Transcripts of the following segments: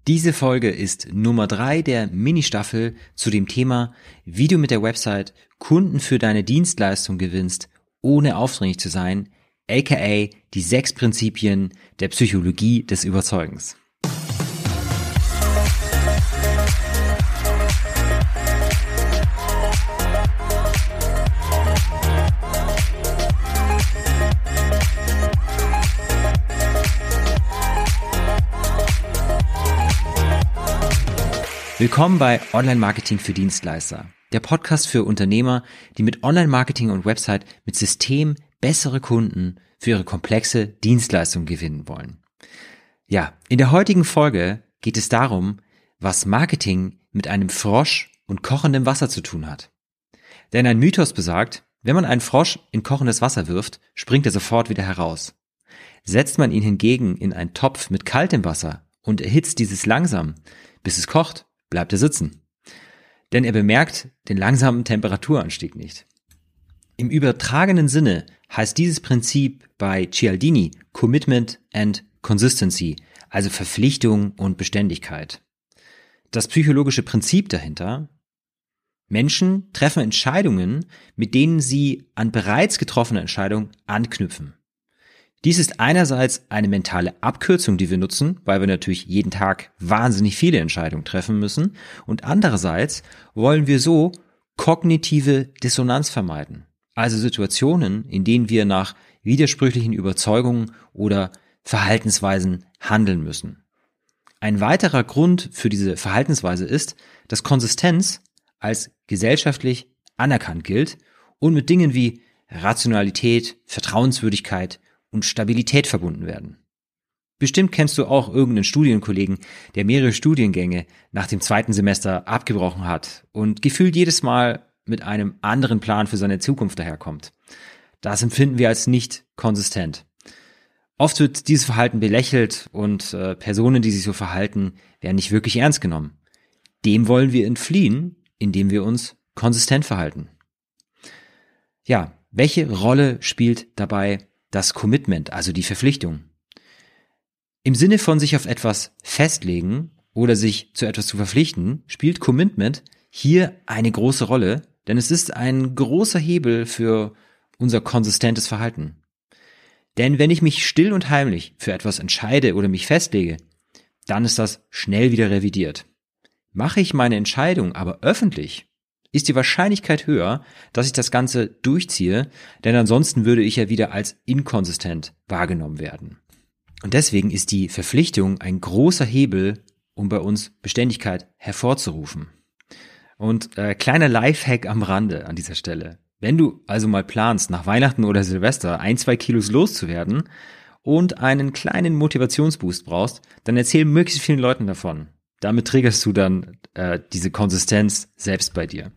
Diese Folge ist Nummer 3 der Mini-Staffel zu dem Thema, wie du mit der Website Kunden für deine Dienstleistung gewinnst, ohne aufdringlich zu sein, aka die 6 Prinzipien der Psychologie des Überzeugens. Willkommen bei Online-Marketing für Dienstleister, der Podcast für Unternehmer, die mit Online-Marketing und Website mit System bessere Kunden für ihre komplexe Dienstleistung gewinnen wollen. Ja, in der heutigen Folge geht es darum, was Marketing mit einem Frosch und kochendem Wasser zu tun hat. Denn ein Mythos besagt, wenn man einen Frosch in kochendes Wasser wirft, springt er sofort wieder heraus. Setzt man ihn hingegen in einen Topf mit kaltem Wasser und erhitzt dieses langsam, bis es kocht, bleibt er sitzen. Denn er bemerkt den langsamen Temperaturanstieg nicht. Im übertragenen Sinne heißt dieses Prinzip bei Cialdini Commitment and Consistency, also Verpflichtung und Beständigkeit. Das psychologische Prinzip dahinter: Menschen treffen Entscheidungen, mit denen sie an bereits getroffene Entscheidungen anknüpfen. Dies ist einerseits eine mentale Abkürzung, die wir nutzen, weil wir natürlich jeden Tag wahnsinnig viele Entscheidungen treffen müssen, und andererseits wollen wir so kognitive Dissonanz vermeiden, also Situationen, in denen wir nach widersprüchlichen Überzeugungen oder Verhaltensweisen handeln müssen. Ein weiterer Grund für diese Verhaltensweise ist, dass Konsistenz als gesellschaftlich anerkannt gilt und mit Dingen wie Rationalität, Vertrauenswürdigkeit und Stabilität verbunden werden. Bestimmt kennst du auch irgendeinen Studienkollegen, der mehrere Studiengänge nach dem 2. Semester abgebrochen hat und gefühlt jedes Mal mit einem anderen Plan für seine Zukunft daherkommt. Das empfinden wir als nicht konsistent. Oft wird dieses Verhalten belächelt und Personen, die sich so verhalten, werden nicht wirklich ernst genommen. Dem wollen wir entfliehen, indem wir uns konsistent verhalten. Ja, welche Rolle spielt dabei das Commitment, also die Verpflichtung? Im Sinne von sich auf etwas festlegen oder sich zu etwas zu verpflichten, spielt Commitment hier eine große Rolle, denn es ist ein großer Hebel für unser konsistentes Verhalten. Denn wenn ich mich still und heimlich für etwas entscheide oder mich festlege, dann ist das schnell wieder revidiert. Mache ich meine Entscheidung aber öffentlich, ist die Wahrscheinlichkeit höher, dass ich das Ganze durchziehe, denn ansonsten würde ich ja wieder als inkonsistent wahrgenommen werden. Und deswegen ist die Verpflichtung ein großer Hebel, um bei uns Beständigkeit hervorzurufen. Und kleiner Lifehack am Rande an dieser Stelle: Wenn du also mal planst, nach Weihnachten oder Silvester 1-2 Kilos loszuwerden und einen kleinen Motivationsboost brauchst, dann erzähl möglichst vielen Leuten davon. Damit triggerst du dann diese Konsistenz selbst bei dir.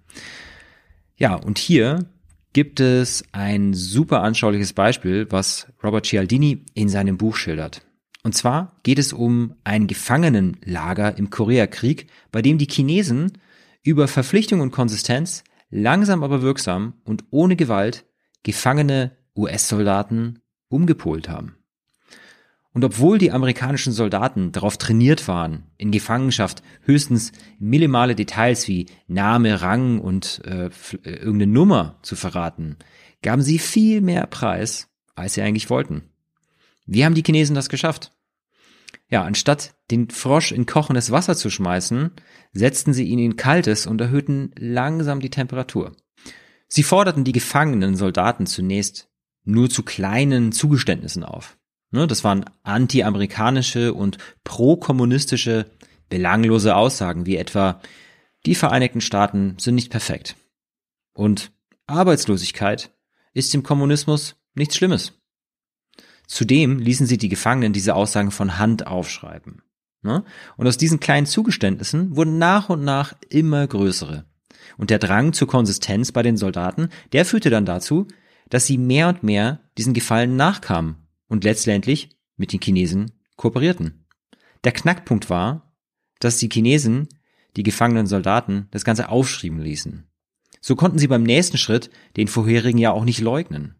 Ja, und hier gibt es ein super anschauliches Beispiel, was Robert Cialdini in seinem Buch schildert. Und zwar geht es um ein Gefangenenlager im Koreakrieg, bei dem die Chinesen über Verpflichtung und Konsistenz langsam aber wirksam und ohne Gewalt gefangene US-Soldaten umgepolt haben. Und obwohl die amerikanischen Soldaten darauf trainiert waren, in Gefangenschaft höchstens minimale Details wie Name, Rang und irgendeine Nummer zu verraten, gaben sie viel mehr Preis, als sie eigentlich wollten. Wie haben die Chinesen das geschafft? Ja, anstatt den Frosch in kochendes Wasser zu schmeißen, setzten sie ihn in kaltes und erhöhten langsam die Temperatur. Sie forderten die gefangenen Soldaten zunächst nur zu kleinen Zugeständnissen auf. Das waren anti-amerikanische und pro-kommunistische, belanglose Aussagen, wie etwa: Die Vereinigten Staaten sind nicht perfekt. Und Arbeitslosigkeit ist im Kommunismus nichts Schlimmes. Zudem ließen sie die Gefangenen diese Aussagen von Hand aufschreiben. Und aus diesen kleinen Zugeständnissen wurden nach und nach immer größere. Und der Drang zur Konsistenz bei den Soldaten, der führte dann dazu, dass sie mehr und mehr diesen Gefallen nachkamen und letztendlich mit den Chinesen kooperierten. Der Knackpunkt war, dass die Chinesen die gefangenen Soldaten das Ganze aufschreiben ließen. So konnten sie beim nächsten Schritt den vorherigen ja auch nicht leugnen.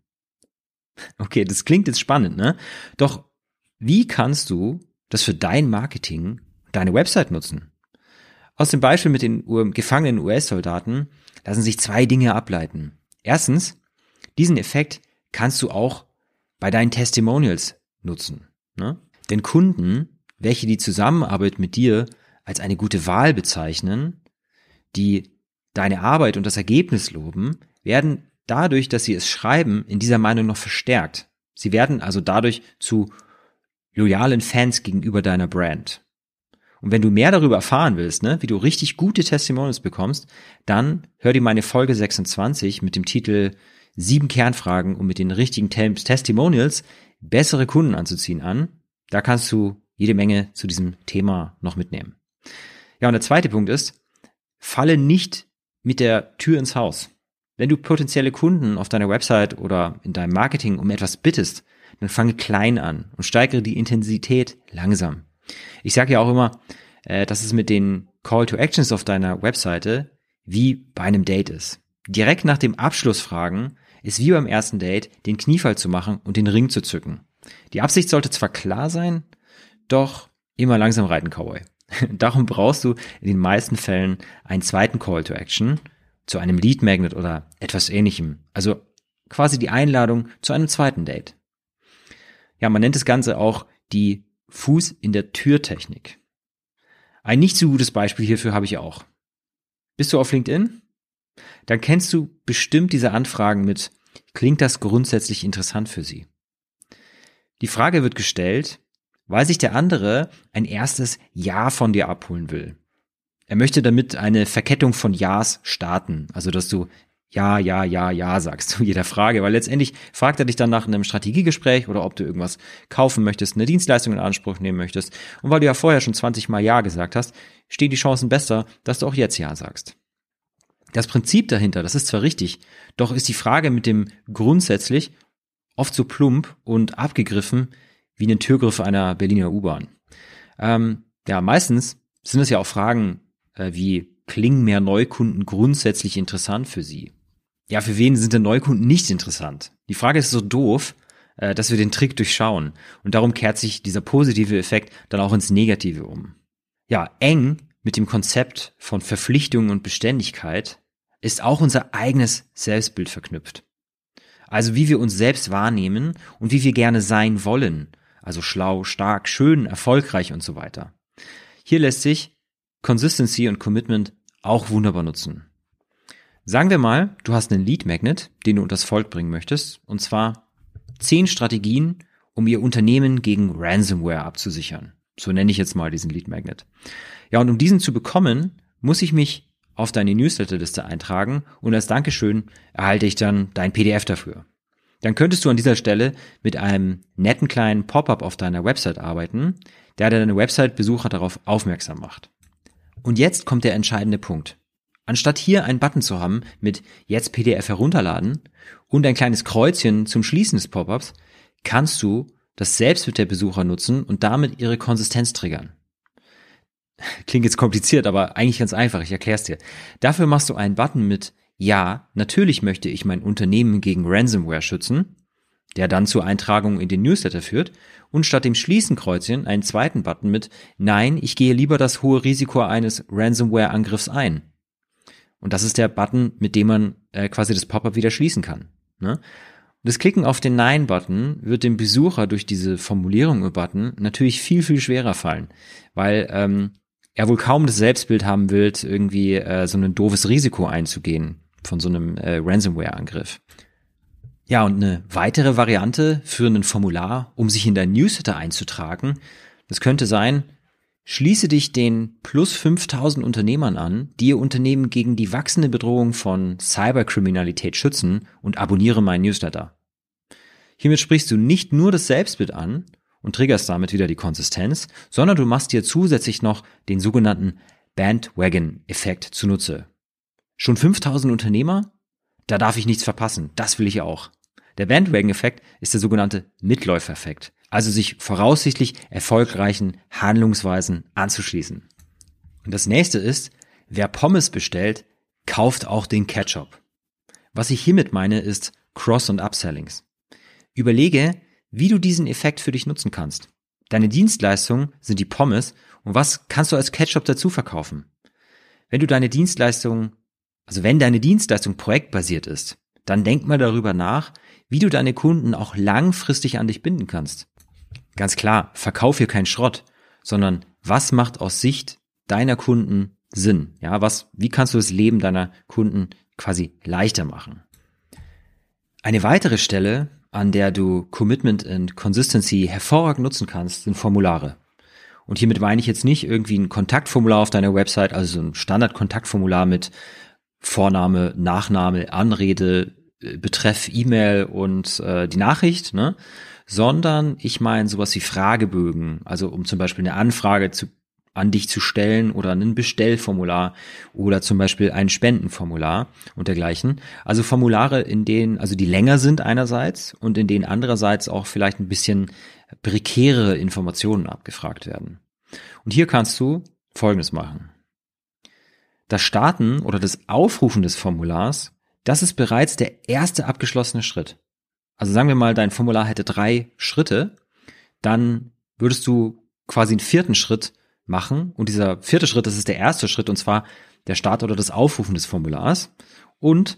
Okay, das klingt jetzt spannend, ne? Doch wie kannst du das für dein Marketing deine Website nutzen. Aus dem Beispiel mit den gefangenen US-Soldaten lassen sich 2 Dinge ableiten. Erstens, diesen Effekt kannst du auch bei deinen Testimonials nutzen. Ne? Denn Kunden, welche die Zusammenarbeit mit dir als eine gute Wahl bezeichnen, die deine Arbeit und das Ergebnis loben, werden dadurch, dass sie es schreiben, in dieser Meinung noch verstärkt. Sie werden also dadurch zu loyalen Fans gegenüber deiner Brand. Und wenn du mehr darüber erfahren willst, wie du richtig gute Testimonials bekommst, dann hör dir meine Folge 26 mit dem Titel 7 Kernfragen, um mit den richtigen Testimonials bessere Kunden anzuziehen an. Da kannst du jede Menge zu diesem Thema noch mitnehmen. Ja, und der zweite Punkt ist, falle nicht mit der Tür ins Haus. Wenn du potenzielle Kunden auf deiner Website oder in deinem Marketing um etwas bittest, dann fange klein an und steigere die Intensität langsam. Ich sage ja auch immer, dass es mit den Call to Actions auf deiner Webseite wie bei einem Date ist. Direkt nach dem Abschluss fragen ist wie beim ersten Date, den Kniefall zu machen und den Ring zu zücken. Die Absicht sollte zwar klar sein, doch immer langsam reiten, Cowboy. Darum brauchst du in den meisten Fällen einen zweiten Call to Action zu einem Lead Magnet oder etwas Ähnlichem. Also quasi die Einladung zu einem zweiten Date. Ja, man nennt das Ganze auch die Fuß in der Tür-Technik. Ein nicht so gutes Beispiel hierfür habe ich auch. Bist du auf LinkedIn? Dann kennst du bestimmt diese Anfragen mit, klingt das grundsätzlich interessant für Sie? Die Frage wird gestellt, weil sich der andere ein erstes Ja von dir abholen will. Er möchte damit eine Verkettung von Ja's starten, also dass du ja sagst zu jeder Frage, weil letztendlich fragt er dich dann nach einem Strategiegespräch oder ob du irgendwas kaufen möchtest, eine Dienstleistung in Anspruch nehmen möchtest. Und weil du ja vorher schon 20 Mal Ja gesagt hast, stehen die Chancen besser, dass du auch jetzt Ja sagst. Das Prinzip dahinter, das ist zwar richtig, doch ist die Frage mit dem grundsätzlich oft so plump und abgegriffen wie ein Türgriff einer Berliner U-Bahn. Meistens sind es ja auch Fragen wie, klingen mehr Neukunden grundsätzlich interessant für Sie? Ja, für wen sind denn Neukunden nicht interessant? Die Frage ist so doof, dass wir den Trick durchschauen. Und darum kehrt sich dieser positive Effekt dann auch ins Negative um. Ja, eng mit dem Konzept von Verpflichtung und Beständigkeit ist auch unser eigenes Selbstbild verknüpft. Also wie wir uns selbst wahrnehmen und wie wir gerne sein wollen. Also schlau, stark, schön, erfolgreich und so weiter. Hier lässt sich Consistency und Commitment auch wunderbar nutzen. Sagen wir mal, du hast einen Lead Magnet, den du unters Volk bringen möchtest, und zwar 10 Strategien, um ihr Unternehmen gegen Ransomware abzusichern. So nenne ich jetzt mal diesen Lead Magnet. Ja, und um diesen zu bekommen, muss ich mich auf deine Newsletterliste eintragen und als Dankeschön erhalte ich dann dein PDF dafür. Dann könntest du an dieser Stelle mit einem netten kleinen Pop-up auf deiner Website arbeiten, der deine Website-Besucher darauf aufmerksam macht. Und jetzt kommt der entscheidende Punkt. Anstatt hier einen Button zu haben mit jetzt PDF herunterladen und ein kleines Kreuzchen zum Schließen des Pop-ups, kannst du das Selbstbild der Besucher nutzen und damit ihre Konsistenz triggern. Klingt jetzt kompliziert, aber eigentlich ganz einfach, ich erkläre es dir. Dafür machst du einen Button mit ja, natürlich möchte ich mein Unternehmen gegen Ransomware schützen, der dann zur Eintragung in den Newsletter führt, und statt dem Schließen-Kreuzchen einen zweiten Button mit nein, ich gehe lieber das hohe Risiko eines Ransomware-Angriffs ein. Und das ist der Button, mit dem man quasi das Pop-up wieder schließen kann. Ne? Und das Klicken auf den Nein-Button wird dem Besucher durch diese Formulierung im Button natürlich viel, viel schwerer fallen, weil er wohl kaum das Selbstbild haben will, irgendwie so ein doofes Risiko einzugehen von so einem Ransomware-Angriff. Ja, und eine weitere Variante für ein Formular, um sich in dein Newsletter einzutragen, das könnte sein, schließe dich den plus 5000 Unternehmern an, die ihr Unternehmen gegen die wachsende Bedrohung von Cyberkriminalität schützen und abonniere meinen Newsletter. Hiermit sprichst du nicht nur das Selbstbild an und triggerst damit wieder die Konsistenz, sondern du machst dir zusätzlich noch den sogenannten Bandwagon-Effekt zunutze. Schon 5000 Unternehmer? Da darf ich nichts verpassen, das will ich auch. Der Bandwagon-Effekt ist der sogenannte Mitläufer-Effekt, also sich voraussichtlich erfolgreichen Handlungsweisen anzuschließen. Und das nächste ist, wer Pommes bestellt, kauft auch den Ketchup. Was ich hiermit meine, ist Cross- und Upsellings. Überlege, wie du diesen Effekt für dich nutzen kannst. Deine Dienstleistung sind die Pommes Und was kannst du als Catch-up dazu verkaufen? Wenn deine Dienstleistung projektbasiert ist, dann denk mal darüber nach, wie du deine Kunden auch langfristig an dich binden kannst. Ganz klar, verkauf hier keinen Schrott, sondern was macht aus Sicht deiner Kunden Sinn? Ja, wie kannst du das Leben deiner Kunden quasi leichter machen? Eine weitere Stelle, an der du Commitment and Consistency hervorragend nutzen kannst, sind Formulare. Und hiermit meine ich jetzt nicht irgendwie ein Kontaktformular auf deiner Website, also so ein Standard-Kontaktformular mit Vorname, Nachname, Anrede, Betreff, E-Mail und die Nachricht, ne? Sondern ich meine sowas wie Fragebögen, also um zum Beispiel eine Anfrage an dich zu stellen oder ein Bestellformular oder zum Beispiel ein Spendenformular und dergleichen. Also Formulare, die länger sind einerseits und in denen andererseits auch vielleicht ein bisschen prekäre Informationen abgefragt werden. Und hier kannst du Folgendes machen. Das Starten oder das Aufrufen des Formulars, das ist bereits der erste abgeschlossene Schritt. Also sagen wir mal, dein Formular hätte 3 Schritte, dann würdest du quasi einen 4. Schritt machen. Und dieser 4. Schritt, das ist der erste Schritt, und zwar der Start oder das Aufrufen des Formulars. Und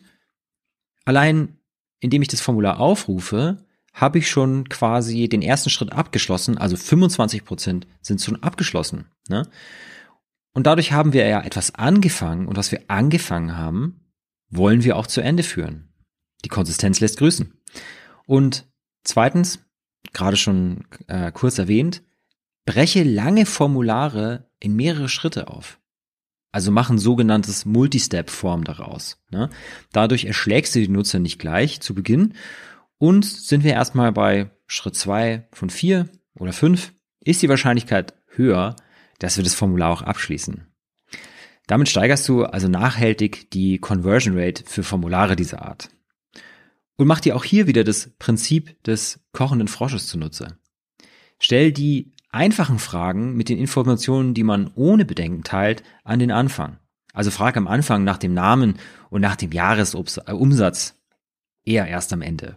allein, indem ich das Formular aufrufe, habe ich schon quasi den ersten Schritt abgeschlossen, also 25% sind schon abgeschlossen. Ne? Und dadurch haben wir ja etwas angefangen, und was wir angefangen haben, wollen wir auch zu Ende führen. Die Konsistenz lässt grüßen. Und zweitens, gerade schon kurz erwähnt, breche lange Formulare in mehrere Schritte auf. Also mach ein sogenanntes Multi-Step-Form daraus. Ne? Dadurch erschlägst du die Nutzer nicht gleich zu Beginn. Und sind wir erstmal bei Schritt 2 von 4 oder 5, ist die Wahrscheinlichkeit höher, dass wir das Formular auch abschließen. Damit steigerst du also nachhaltig die Conversion Rate für Formulare dieser Art. Und mach dir auch hier wieder das Prinzip des kochenden Frosches zunutze. Stell die einfachen Fragen mit den Informationen, die man ohne Bedenken teilt, an den Anfang. Also frag am Anfang nach dem Namen und nach dem Jahresumsatz, eher erst am Ende.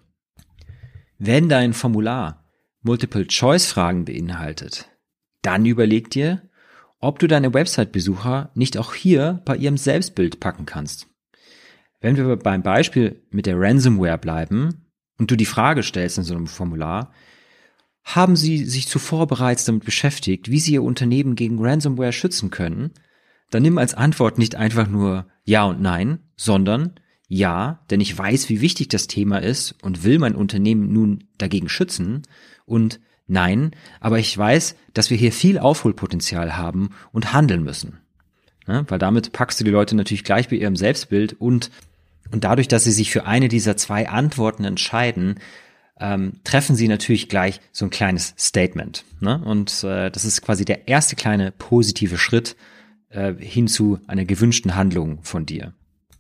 Wenn dein Formular Multiple-Choice-Fragen beinhaltet, dann überleg dir, ob du deine Website-Besucher nicht auch hier bei ihrem Selbstbild packen kannst. Wenn wir beim Beispiel mit der Ransomware bleiben und du die Frage stellst in so einem Formular, haben Sie sich zuvor bereits damit beschäftigt, wie Sie Ihr Unternehmen gegen Ransomware schützen können? Dann nimm als Antwort nicht einfach nur Ja und Nein, sondern Ja, denn ich weiß, wie wichtig das Thema ist und will mein Unternehmen nun dagegen schützen, und Nein, aber ich weiß, dass wir hier viel Aufholpotenzial haben und handeln müssen. Ja, weil damit packst du die Leute natürlich gleich bei ihrem Selbstbild und dadurch, dass sie sich für eine dieser 2 Antworten entscheiden, treffen sie natürlich gleich so ein kleines Statement. Ne? Und das ist quasi der erste kleine positive Schritt hin zu einer gewünschten Handlung von dir.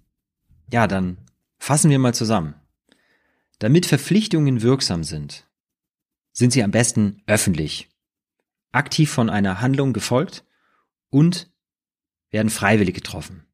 Ja, dann fassen wir mal zusammen. Damit Verpflichtungen wirksam sind, sind sie am besten öffentlich, aktiv von einer Handlung gefolgt und werden freiwillig getroffen.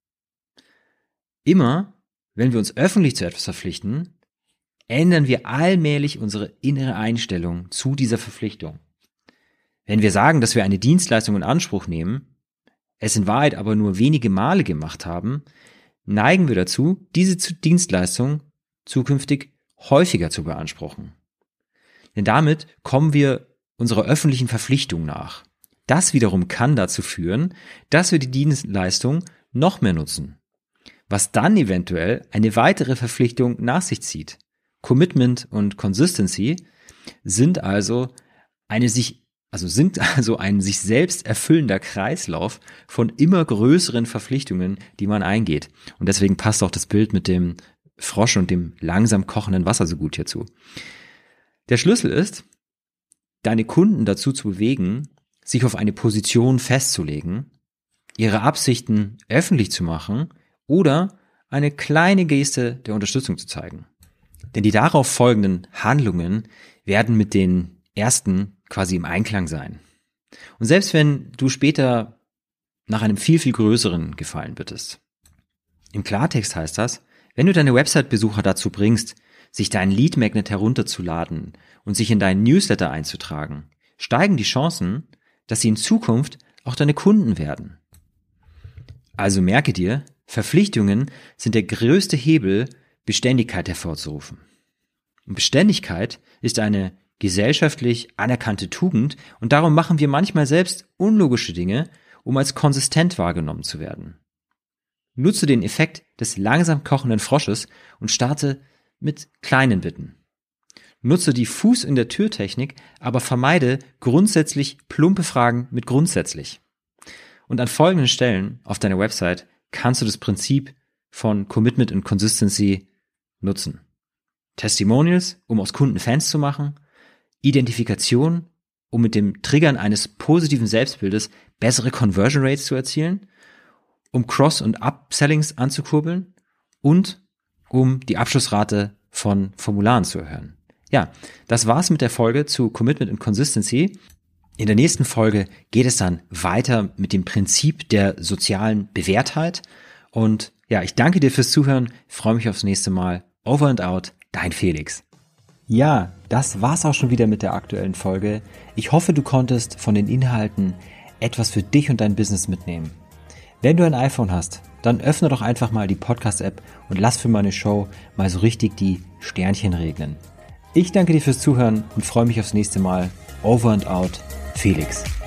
Immer, wenn wir uns öffentlich zu etwas verpflichten, ändern wir allmählich unsere innere Einstellung zu dieser Verpflichtung. Wenn wir sagen, dass wir eine Dienstleistung in Anspruch nehmen, es in Wahrheit aber nur wenige Male gemacht haben, neigen wir dazu, diese Dienstleistung zukünftig häufiger zu beanspruchen. Denn damit kommen wir unserer öffentlichen Verpflichtung nach. Das wiederum kann dazu führen, dass wir die Dienstleistung noch mehr nutzen, was dann eventuell eine weitere Verpflichtung nach sich zieht. Commitment und Consistency sind also ein sich selbst erfüllender Kreislauf von immer größeren Verpflichtungen, die man eingeht. Und deswegen passt auch das Bild mit dem Frosch und dem langsam kochenden Wasser so gut hierzu. Der Schlüssel ist, deine Kunden dazu zu bewegen, sich auf eine Position festzulegen, ihre Absichten öffentlich zu machen oder eine kleine Geste der Unterstützung zu zeigen. Denn die darauf folgenden Handlungen werden mit den ersten quasi im Einklang sein. Und selbst wenn du später nach einem viel, viel größeren Gefallen bittest. Im Klartext heißt das, wenn du deine Website-Besucher dazu bringst, sich deinen Lead Magnet herunterzuladen und sich in deinen Newsletter einzutragen, steigen die Chancen, dass sie in Zukunft auch deine Kunden werden. Also merke dir, Verpflichtungen sind der größte Hebel, Beständigkeit hervorzurufen. Und Beständigkeit ist eine gesellschaftlich anerkannte Tugend und darum machen wir manchmal selbst unlogische Dinge, um als konsistent wahrgenommen zu werden. Nutze den Effekt des langsam kochenden Frosches und starte mit kleinen Bitten. Nutze die Fuß in der Tür-Technik, aber vermeide grundsätzlich plumpe Fragen mit grundsätzlich. Und an folgenden Stellen auf deiner Website kannst du das Prinzip von Commitment und Consistency nutzen. Testimonials, um aus Kunden Fans zu machen, Identifikation, um mit dem Triggern eines positiven Selbstbildes bessere Conversion Rates zu erzielen, um Cross- und Upsellings anzukurbeln und um die Abschlussrate von Formularen zu erhöhen. Ja, das war's mit der Folge zu Commitment und Consistency. In der nächsten Folge geht es dann weiter mit dem Prinzip der sozialen Bewährtheit. Und ja, ich danke dir fürs Zuhören, freue mich aufs nächste Mal. Over and out, dein Felix. Ja, das war's auch schon wieder mit der aktuellen Folge. Ich hoffe, du konntest von den Inhalten etwas für dich und dein Business mitnehmen. Wenn du ein iPhone hast, dann öffne doch einfach mal die Podcast-App und lass für meine Show mal so richtig die Sternchen regnen. Ich danke dir fürs Zuhören und freue mich aufs nächste Mal. Over and out, Felix.